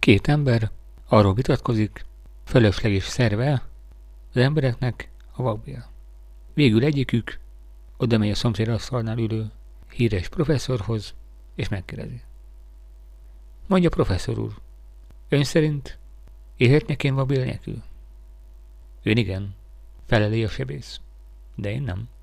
Két ember arról vitatkozik, fölösleges szerve az embereknek a vakbél. Végül egyikük oda megy a szomszédasszalnál ülő híres professzorhoz, és megkérdezi. Mondja, professzor úr, ön szerint élhetnek én vakbél nélkül? Ön igen, feleli a sebész, de én nem.